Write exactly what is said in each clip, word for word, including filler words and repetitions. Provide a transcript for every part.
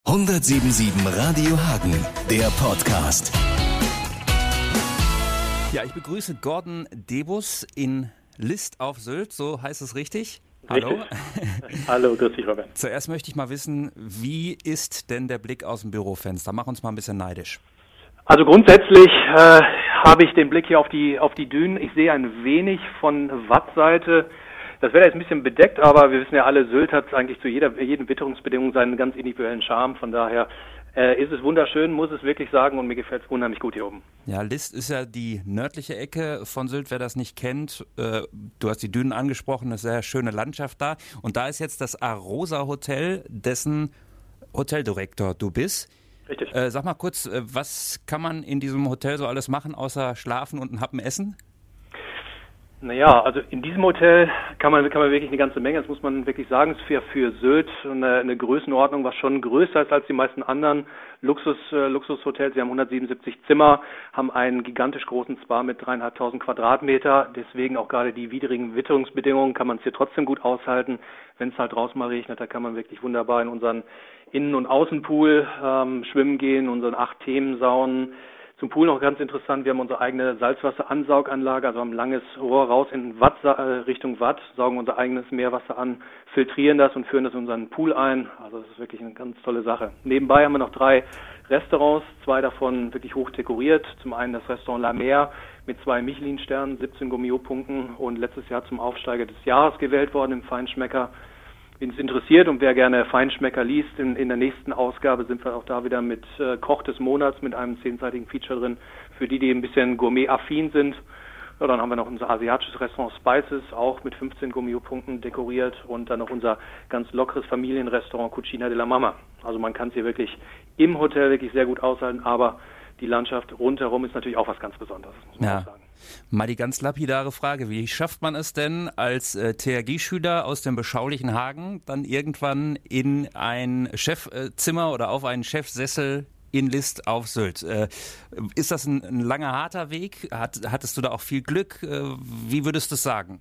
hundertsieben Komma sieben Radio Hagen, der Podcast. Ja, ich begrüße Gordon Debus in List auf Sylt, so heißt es richtig? Hallo. Richtig. Hallo, grüß dich, Robert. Zuerst möchte ich mal wissen, wie ist denn der Blick aus dem Bürofenster? Mach uns mal ein bisschen neidisch. Also grundsätzlich äh, habe ich den Blick hier auf die auf die Dünen. Ich sehe ein wenig von Wattseite. Das Wetter ist ein bisschen bedeckt, aber wir wissen ja alle, Sylt hat eigentlich zu jeder jeden Witterungsbedingung seinen ganz individuellen Charme. Von daher äh, ist es wunderschön, muss es wirklich sagen, und mir gefällt es unheimlich gut hier oben. Ja, List ist ja die nördliche Ecke von Sylt, wer das nicht kennt. Äh, du hast die Dünen angesprochen, eine sehr schöne Landschaft da. Und da ist jetzt das Arosa Hotel, dessen Hoteldirektor du bist. Richtig. Äh, sag mal kurz, äh, was kann man in diesem Hotel so alles machen, außer schlafen und einen Happen essen? Naja, also in diesem Hotel kann man kann man wirklich eine ganze Menge, das muss man wirklich sagen, es ist für, für Sylt eine, eine Größenordnung, was schon größer ist als die meisten anderen Luxus, äh, Luxushotels. Sie haben hundertsiebenundsiebzig Zimmer, haben einen gigantisch großen Spa mit dreieinhalbtausend Quadratmeter, deswegen auch gerade die widrigen Witterungsbedingungen kann man es hier trotzdem gut aushalten. Wenn es halt draußen mal regnet, da kann man wirklich wunderbar in unseren Innen- und Außenpool ähm, schwimmen gehen, unseren acht Themensaunen. Zum Pool noch ganz interessant, wir haben unsere eigene Salzwasseransauganlage, also haben ein langes Rohr raus in Watt, äh, Richtung Watt, saugen unser eigenes Meerwasser an, filtrieren das und führen das in unseren Pool ein. Also das ist wirklich eine ganz tolle Sache. Nebenbei haben wir noch drei Restaurants, zwei davon wirklich hoch dekoriert. Zum einen das Restaurant La Mer mit zwei Michelin-Sternen, siebzehn Gourmillot-Punkten und letztes Jahr zum Aufsteiger des Jahres gewählt worden im Feinschmecker. Wen es interessiert und wer gerne Feinschmecker liest, in, in der nächsten Ausgabe sind wir auch da wieder mit äh, Koch des Monats mit einem zehnseitigen Feature drin, für die, die ein bisschen gourmet-affin sind. Ja, dann haben wir noch unser asiatisches Restaurant Spices, auch mit fünfzehn Gourmillot-Punkten dekoriert, und dann noch unser ganz lockeres Familienrestaurant Cucina de la Mama. Also man kann es hier wirklich im Hotel wirklich sehr gut aushalten, aber die Landschaft rundherum ist natürlich auch was ganz Besonderes, muss man ja. auch sagen. Mal die ganz lapidare Frage, wie schafft man es denn als äh, T H G-Schüler aus dem beschaulichen Hagen dann irgendwann in ein Chefzimmer oder auf einen Chefsessel in List auf Sylt? Äh, ist das ein, ein langer, harter Weg? Hat, hattest du da auch viel Glück? Äh, wie würdest du es sagen?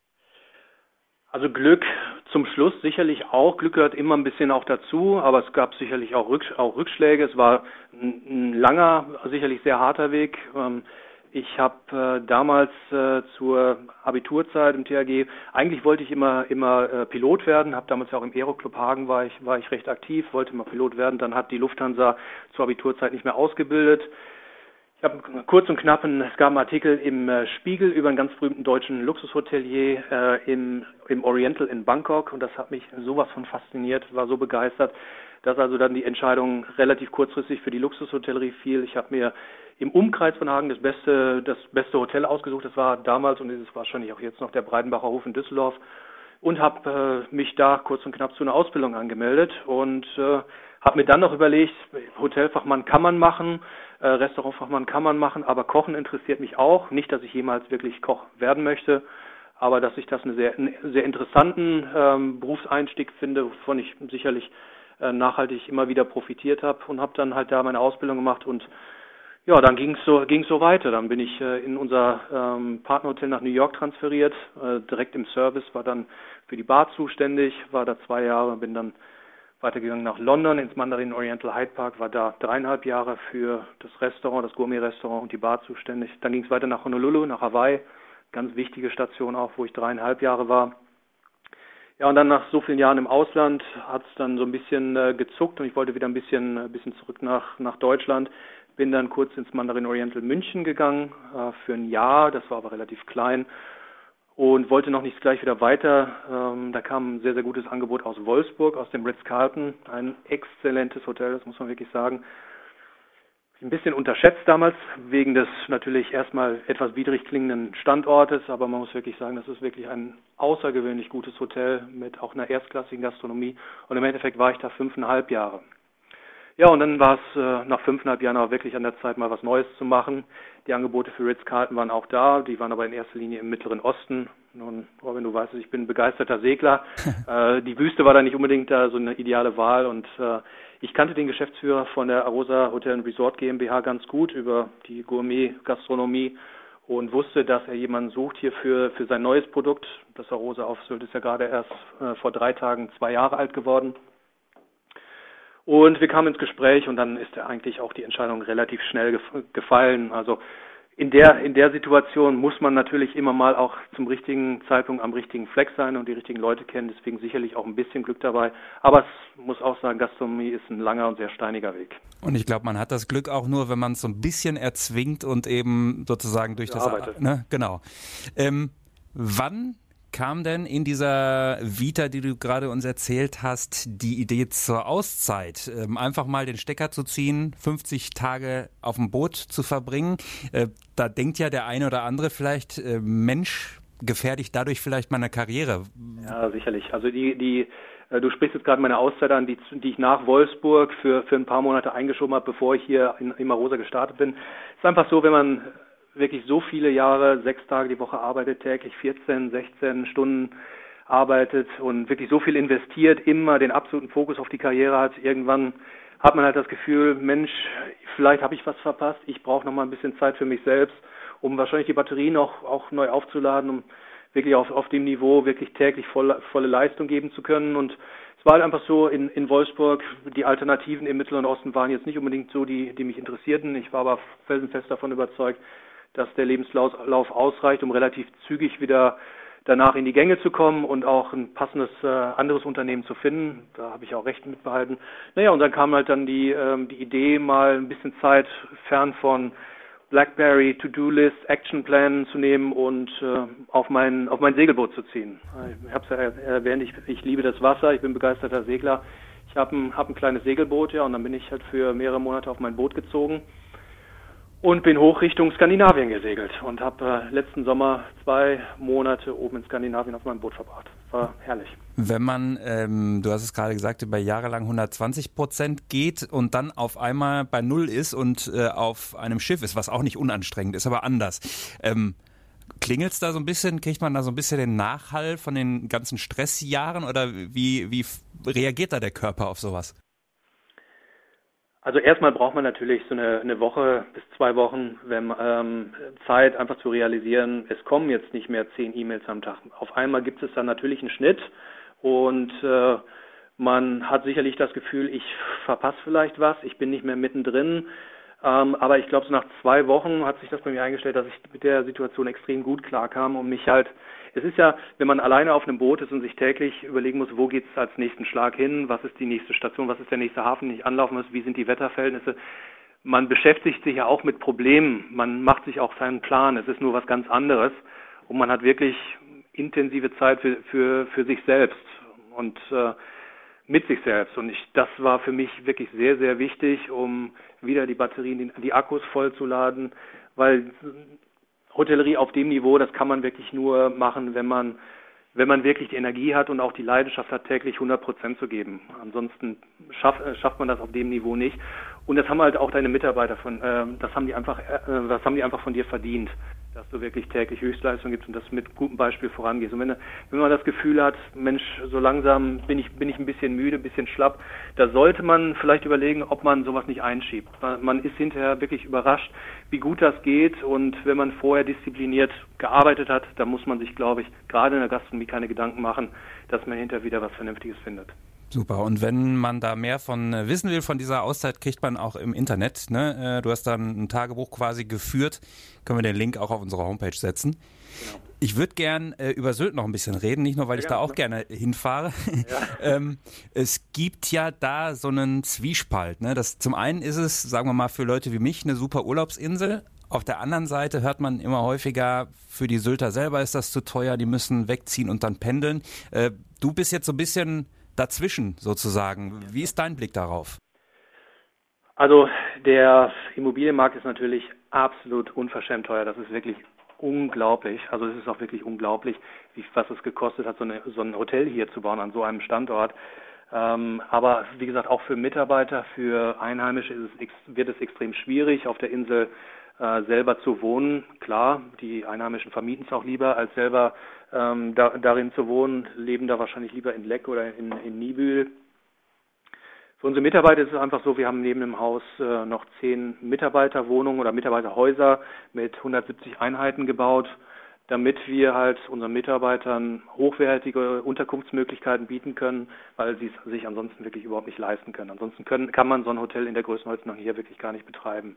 Also Glück zum Schluss sicherlich auch. Glück gehört immer ein bisschen auch dazu, aber es gab sicherlich auch, Rücksch- auch Rückschläge. Es war ein, ein langer, sicherlich sehr harter Weg. Ähm, Ich habe äh, damals äh, zur Abiturzeit im T H G, eigentlich wollte ich immer immer äh, Pilot werden, habe damals ja auch im Aeroclub Hagen war ich war ich recht aktiv, wollte immer Pilot werden, dann hat die Lufthansa zur Abiturzeit nicht mehr ausgebildet. Ich habe kurz und knapp, einen, es gab einen Artikel im äh, Spiegel über einen ganz berühmten deutschen Luxushotelier äh, im, im Oriental in Bangkok, und das hat mich sowas von fasziniert, war so begeistert, dass also dann die Entscheidung relativ kurzfristig für die Luxushotellerie fiel. Ich habe mir im Umkreis von Hagen das beste, das beste Hotel ausgesucht. Das war damals und ist es wahrscheinlich auch jetzt noch der Breidenbacher Hof in Düsseldorf, und habe äh, mich da kurz und knapp zu einer Ausbildung angemeldet und äh, habe mir dann noch überlegt, Hotelfachmann kann man machen, äh, Restaurantfachmann kann man machen, aber Kochen interessiert mich auch. Nicht, dass ich jemals wirklich Koch werden möchte, aber dass ich das eine sehr, einen sehr interessanten ähm, Berufseinstieg finde, wovon ich sicherlich äh, nachhaltig immer wieder profitiert habe, und habe dann halt da meine Ausbildung gemacht. Und ja, dann ging es so, ging's so weiter. Dann bin ich äh, in unser ähm, Partnerhotel nach New York transferiert, äh, direkt im Service, war dann für die Bar zuständig, war da zwei Jahre, bin dann weitergegangen nach London ins Mandarin Oriental Hyde Park, war da dreieinhalb Jahre für das Restaurant, das Gourmet-Restaurant und die Bar zuständig. Dann ging es weiter nach Honolulu, nach Hawaii, ganz wichtige Station auch, wo ich dreieinhalb Jahre war. Ja, und dann nach so vielen Jahren im Ausland hat es dann so ein bisschen äh, gezuckt, und ich wollte wieder ein bisschen, ein bisschen zurück nach, nach Deutschland. Bin dann kurz ins Mandarin Oriental München gegangen äh, für ein Jahr, das war aber relativ klein, und wollte noch nicht gleich wieder weiter. Ähm, da kam ein sehr, sehr gutes Angebot aus Wolfsburg, aus dem Ritz-Carlton, ein exzellentes Hotel, das muss man wirklich sagen. Ein bisschen unterschätzt damals, wegen des natürlich erstmal etwas widrig klingenden Standortes, aber man muss wirklich sagen, das ist wirklich ein außergewöhnlich gutes Hotel mit auch einer erstklassigen Gastronomie, und im Endeffekt war ich da fünfeinhalb Jahre. Ja, und dann war es äh, nach fünfeinhalb Jahren auch wirklich an der Zeit, mal was Neues zu machen. Die Angebote für Ritz-Carlton waren auch da, die waren aber in erster Linie im Mittleren Osten. Nun, Robin, du weißt, ich bin ein begeisterter Segler. äh, die Wüste war da nicht unbedingt da so eine ideale Wahl, und äh, ich kannte den Geschäftsführer von der Arosa Hotel and Resort GmbH ganz gut über die Gourmet-Gastronomie und wusste, dass er jemanden sucht hier für, für sein neues Produkt. Das Arosa auf Sylt ist ja gerade erst äh, vor drei Tagen zwei Jahre alt geworden. Und wir kamen ins Gespräch und dann ist eigentlich auch die Entscheidung relativ schnell gef- gefallen. Also in der in der Situation muss man natürlich immer mal auch zum richtigen Zeitpunkt am richtigen Fleck sein und die richtigen Leute kennen. Deswegen sicherlich auch ein bisschen Glück dabei. Aber es muss auch sagen, Gastronomie ist ein langer und sehr steiniger Weg. Und ich glaube, man hat das Glück auch nur, wenn man es so ein bisschen erzwingt und eben sozusagen durch das... Arbeitet. Ne? Genau. Ähm, wann kam denn in dieser Vita, die du gerade uns erzählt hast, die Idee zur Auszeit? Ähm, einfach mal den Stecker zu ziehen, fünfzig Tage auf dem Boot zu verbringen. Äh, da denkt ja der eine oder andere vielleicht, äh, Mensch, gefährde ich dadurch vielleicht meine Karriere? Ja, sicherlich. Also die, die, äh, du sprichst jetzt gerade meine Auszeit an, die, die ich nach Wolfsburg für, für ein paar Monate eingeschoben habe, bevor ich hier in, in Marosa gestartet bin. Es ist einfach so, wenn man wirklich so viele Jahre, sechs Tage die Woche arbeitet, täglich vierzehn, sechzehn Stunden arbeitet und wirklich so viel investiert, immer den absoluten Fokus auf die Karriere hat. Irgendwann hat man halt das Gefühl, Mensch, vielleicht habe ich was verpasst, ich brauche noch mal ein bisschen Zeit für mich selbst, um wahrscheinlich die Batterien auch, auch neu aufzuladen, um wirklich auf, auf dem Niveau wirklich täglich volle, volle Leistung geben zu können. Und es war halt einfach so, in, in Wolfsburg, die Alternativen im Mittleren Osten waren jetzt nicht unbedingt so, die, die mich interessierten. Ich war aber felsenfest davon überzeugt, dass der Lebenslauf ausreicht, um relativ zügig wieder danach in die Gänge zu kommen und auch ein passendes äh, anderes Unternehmen zu finden. Da habe ich auch recht mitbehalten. Naja, und dann kam halt dann die, ähm, die Idee, mal ein bisschen Zeit fern von BlackBerry, To-Do-List, Actionplan zu nehmen und äh, auf mein auf mein Segelboot zu ziehen. Ich habe es ja erwähnt, ich, ich liebe das Wasser, ich bin begeisterter Segler. Ich habe ein, hab ein kleines Segelboot, ja, und dann bin ich halt für mehrere Monate auf mein Boot gezogen und bin hoch Richtung Skandinavien gesegelt und habe äh, letzten Sommer zwei Monate oben in Skandinavien auf meinem Boot verbracht. War herrlich. Wenn man, ähm, du hast es gerade gesagt, über Jahre lang hundertzwanzig Prozent geht und dann auf einmal bei Null ist und äh, auf einem Schiff ist, was auch nicht unanstrengend ist, aber anders. Ähm, Klingelt es da so ein bisschen, kriegt man da so ein bisschen den Nachhall von den ganzen Stressjahren oder wie, wie reagiert da der Körper auf sowas? Also erstmal braucht man natürlich so eine, eine Woche bis zwei Wochen, wenn ähm, Zeit einfach zu realisieren, es kommen jetzt nicht mehr zehn E-Mails am Tag. Auf einmal gibt es dann natürlich einen Schnitt und äh, man hat sicherlich das Gefühl, ich verpasse vielleicht was, ich bin nicht mehr mittendrin. Ähm, aber ich glaube, so nach zwei Wochen hat sich das bei mir eingestellt, dass ich mit der Situation extrem gut klarkam und mich halt, es ist ja, wenn man alleine auf einem Boot ist und sich täglich überlegen muss, wo geht's als nächsten Schlag hin, was ist die nächste Station, was ist der nächste Hafen, den ich anlaufen muss, wie sind die Wetterverhältnisse. Man beschäftigt sich ja auch mit Problemen, man macht sich auch seinen Plan, es ist nur was ganz anderes und man hat wirklich intensive Zeit für, für, für sich selbst und äh, mit sich selbst. Und ich, das war für mich wirklich sehr, sehr wichtig, um wieder die Batterien, die, die Akkus vollzuladen, weil Hotellerie auf dem Niveau, das kann man wirklich nur machen, wenn man, wenn man wirklich die Energie hat und auch die Leidenschaft hat, täglich hundert Prozent zu geben. Ansonsten schafft, schafft man das auf dem Niveau nicht. Und das haben halt auch deine Mitarbeiter von, äh, das haben die einfach, äh, das haben die einfach von dir verdient, dass du wirklich täglich Höchstleistung gibst und das mit gutem Beispiel vorangehst. Und wenn, wenn man das Gefühl hat, Mensch, so langsam bin ich, bin ich ein bisschen müde, ein bisschen schlapp, da sollte man vielleicht überlegen, ob man sowas nicht einschiebt. Man ist hinterher wirklich überrascht, wie gut das geht und wenn man vorher diszipliniert gearbeitet hat, dann muss man sich, glaube ich, gerade in der Gastronomie keine Gedanken machen, dass man hinterher wieder was Vernünftiges findet. Super. Und wenn man da mehr von äh, wissen will, von dieser Auszeit, kriegt man auch im Internet. Ne? Äh, du hast dann ein Tagebuch quasi geführt. Können wir den Link auch auf unsere Homepage setzen. Genau. Ich würde gern äh, über Sylt noch ein bisschen reden, nicht nur, weil ja, ich da auch gerne hinfahre. Ja. ähm, es gibt ja da so einen Zwiespalt. Ne? Das, zum einen ist es, sagen wir mal, für Leute wie mich eine super Urlaubsinsel. Auf der anderen Seite hört man immer häufiger, für die Sylter selber ist das zu teuer, die müssen wegziehen und dann pendeln. Äh, du bist jetzt so ein bisschen dazwischen sozusagen. Wie ist dein Blick darauf? Also der Immobilienmarkt ist natürlich absolut unverschämt teuer. Das ist wirklich unglaublich. Also es ist auch wirklich unglaublich, wie, was es gekostet hat, so, eine, so ein Hotel hier zu bauen an so einem Standort. Ähm, aber wie gesagt, auch für Mitarbeiter, für Einheimische ist es, wird es extrem schwierig, auf der Insel äh, selber zu wohnen. Klar, die Einheimischen vermieten es auch lieber, als selber ähm, da, darin zu wohnen, leben da wahrscheinlich lieber in Leck oder in, in Niebüll. Für unsere Mitarbeiter ist es einfach so, wir haben neben dem Haus äh, noch zehn Mitarbeiterwohnungen oder Mitarbeiterhäuser mit hundertsiebzig Einheiten gebaut. damit wir halt unseren Mitarbeitern hochwertige Unterkunftsmöglichkeiten bieten können, weil sie es sich ansonsten wirklich überhaupt nicht leisten können. Ansonsten können, kann man so ein Hotel in der Größenordnung hier wirklich gar nicht betreiben.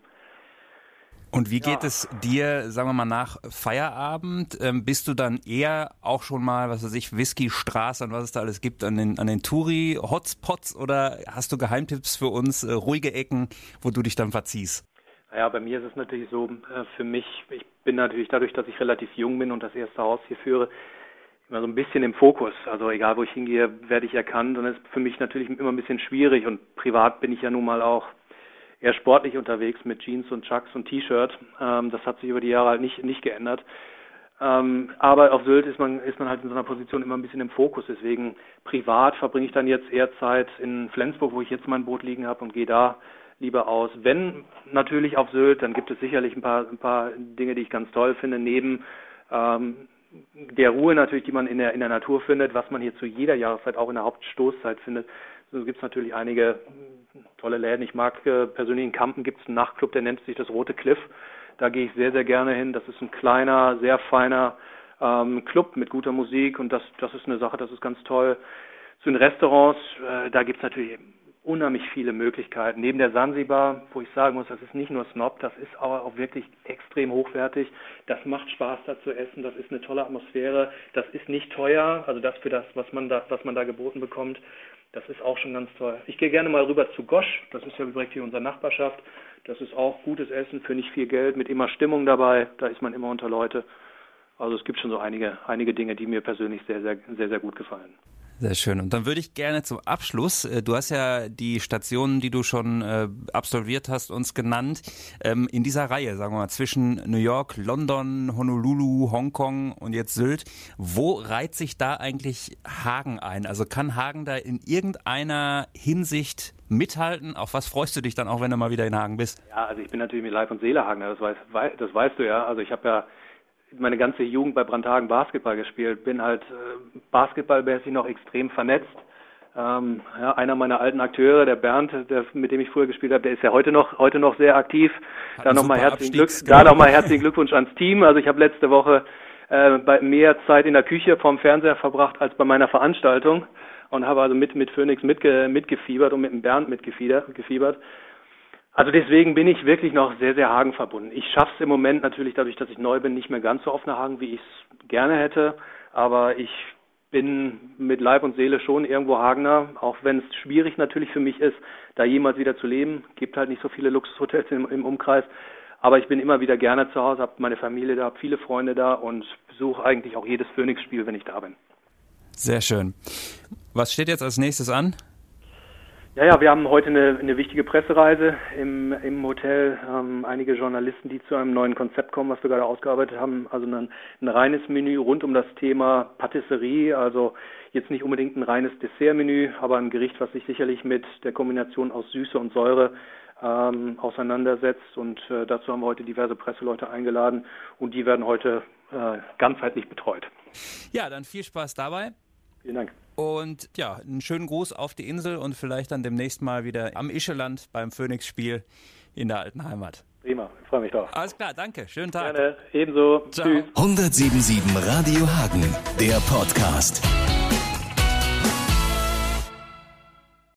Und wie geht ja. es dir, sagen wir mal, nach Feierabend? Ähm, bist du dann eher auch schon mal, was weiß ich, Whisky-Straße und was es da alles gibt, an den, an den Touri-Hotspots oder hast du Geheimtipps für uns, äh, ruhige Ecken, wo du dich dann verziehst? Naja, bei mir ist es natürlich so, äh, für mich, ich bin natürlich dadurch, dass ich relativ jung bin und das erste Haus hier führe, immer so ein bisschen im Fokus. Also egal, wo ich hingehe, werde ich erkannt und das ist für mich natürlich immer ein bisschen schwierig und privat bin ich ja nun mal auch eher sportlich unterwegs mit Jeans und Chucks und T-Shirt. Ähm, das hat sich über die Jahre halt nicht, nicht geändert. Ähm, aber auf Sylt ist man, ist man halt in so einer Position immer ein bisschen im Fokus. Deswegen privat verbringe ich dann jetzt eher Zeit in Flensburg, wo ich jetzt mein Boot liegen habe und gehe da lieber aus. Wenn natürlich auf Sylt, dann gibt es sicherlich ein paar, ein paar Dinge, die ich ganz toll finde, neben ähm, der Ruhe natürlich, die man in der, in der Natur findet, was man hier zu jeder Jahreszeit auch in der Hauptstoßzeit findet. So gibt es natürlich einige tolle Läden. Ich mag äh, persönlich in Kampen gibt es einen Nachtclub, der nennt sich das Rote Cliff. Da gehe ich sehr, sehr gerne hin. Das ist ein kleiner, sehr feiner ähm, Club mit guter Musik und das, das ist eine Sache, das ist ganz toll. Zu den Restaurants, äh, da gibt es natürlich unheimlich viele Möglichkeiten. Neben der Sansibar, wo ich sagen muss, das ist nicht nur Snob, das ist aber auch wirklich extrem hochwertig. Das macht Spaß, da zu essen. Das ist eine tolle Atmosphäre. Das ist nicht teuer, also das für das, was man da, was man da geboten bekommt. Das ist auch schon ganz toll. Ich gehe gerne mal rüber zu Gosch. Das ist ja direkt hier unsere Nachbarschaft. Das ist auch gutes Essen für nicht viel Geld, mit immer Stimmung dabei. Da ist man immer unter Leute. Also es gibt schon so einige, einige Dinge, die mir persönlich sehr, sehr, sehr, sehr gut gefallen. Sehr schön. Und dann würde ich gerne zum Abschluss, du hast ja die Stationen, die du schon äh, absolviert hast, uns genannt, ähm, in dieser Reihe, sagen wir mal, zwischen New York, London, Honolulu, Hongkong und jetzt Sylt. Wo reiht sich da eigentlich Hagen ein? Also kann Hagen da in irgendeiner Hinsicht mithalten? Auf was freust du dich dann auch, wenn du mal wieder in Hagen bist? Ja, also ich bin natürlich mit Leib und Seele Hagener, das, weiß, das weißt du ja. Also ich habe ja meine ganze Jugend bei Brandhagen Basketball gespielt, bin halt äh, basketballmäßig noch extrem vernetzt. Ähm, ja, einer meiner alten Akteure, der Bernd, der, mit dem ich früher gespielt habe, der ist ja heute noch heute noch sehr aktiv. Hat da nochmal herzlichen Glück, da noch mal herzlichen Glückwunsch ans Team. Also ich habe letzte Woche äh, bei mehr Zeit in der Küche vorm Fernseher verbracht als bei meiner Veranstaltung und habe also mit mit Phoenix mitge, mitgefiebert und mit dem Bernd mitgefiebert. Also deswegen bin ich wirklich noch sehr, sehr Hagen verbunden. Ich schaffe es im Moment natürlich dadurch, dass ich neu bin, nicht mehr ganz so oft nach Hagen, wie ich es gerne hätte. Aber ich bin mit Leib und Seele schon irgendwo Hagener, auch wenn es schwierig natürlich für mich ist, da jemals wieder zu leben. Gibt halt nicht so viele Luxushotels im, im Umkreis. Aber ich bin immer wieder gerne zu Hause, habe meine Familie da, habe viele Freunde da und besuche eigentlich auch jedes Phoenix-Spiel, wenn ich da bin. Sehr schön. Was steht jetzt als nächstes an? Ja, ja, wir haben heute eine, eine wichtige Pressereise im, im Hotel. Ähm, einige Journalisten, die zu einem neuen Konzept kommen, was wir gerade ausgearbeitet haben. Also ein, ein reines Menü rund um das Thema Patisserie. Also jetzt nicht unbedingt ein reines Dessertmenü, aber ein Gericht, was sich sicherlich mit der Kombination aus Süße und Säure ähm, auseinandersetzt. Und äh, dazu haben wir heute diverse Presseleute eingeladen und die werden heute äh, ganzheitlich betreut. Ja, dann viel Spaß dabei. Vielen Dank. Und ja, einen schönen Gruß auf die Insel und vielleicht dann demnächst mal wieder am Ischeland beim Phoenix-Spiel in der alten Heimat. Prima, ich freue mich drauf. Alles klar, danke. Schönen Tag. Gerne, ebenso. Ciao. Tschüss. hundertsieben Komma sieben Radio Hagen, der Podcast.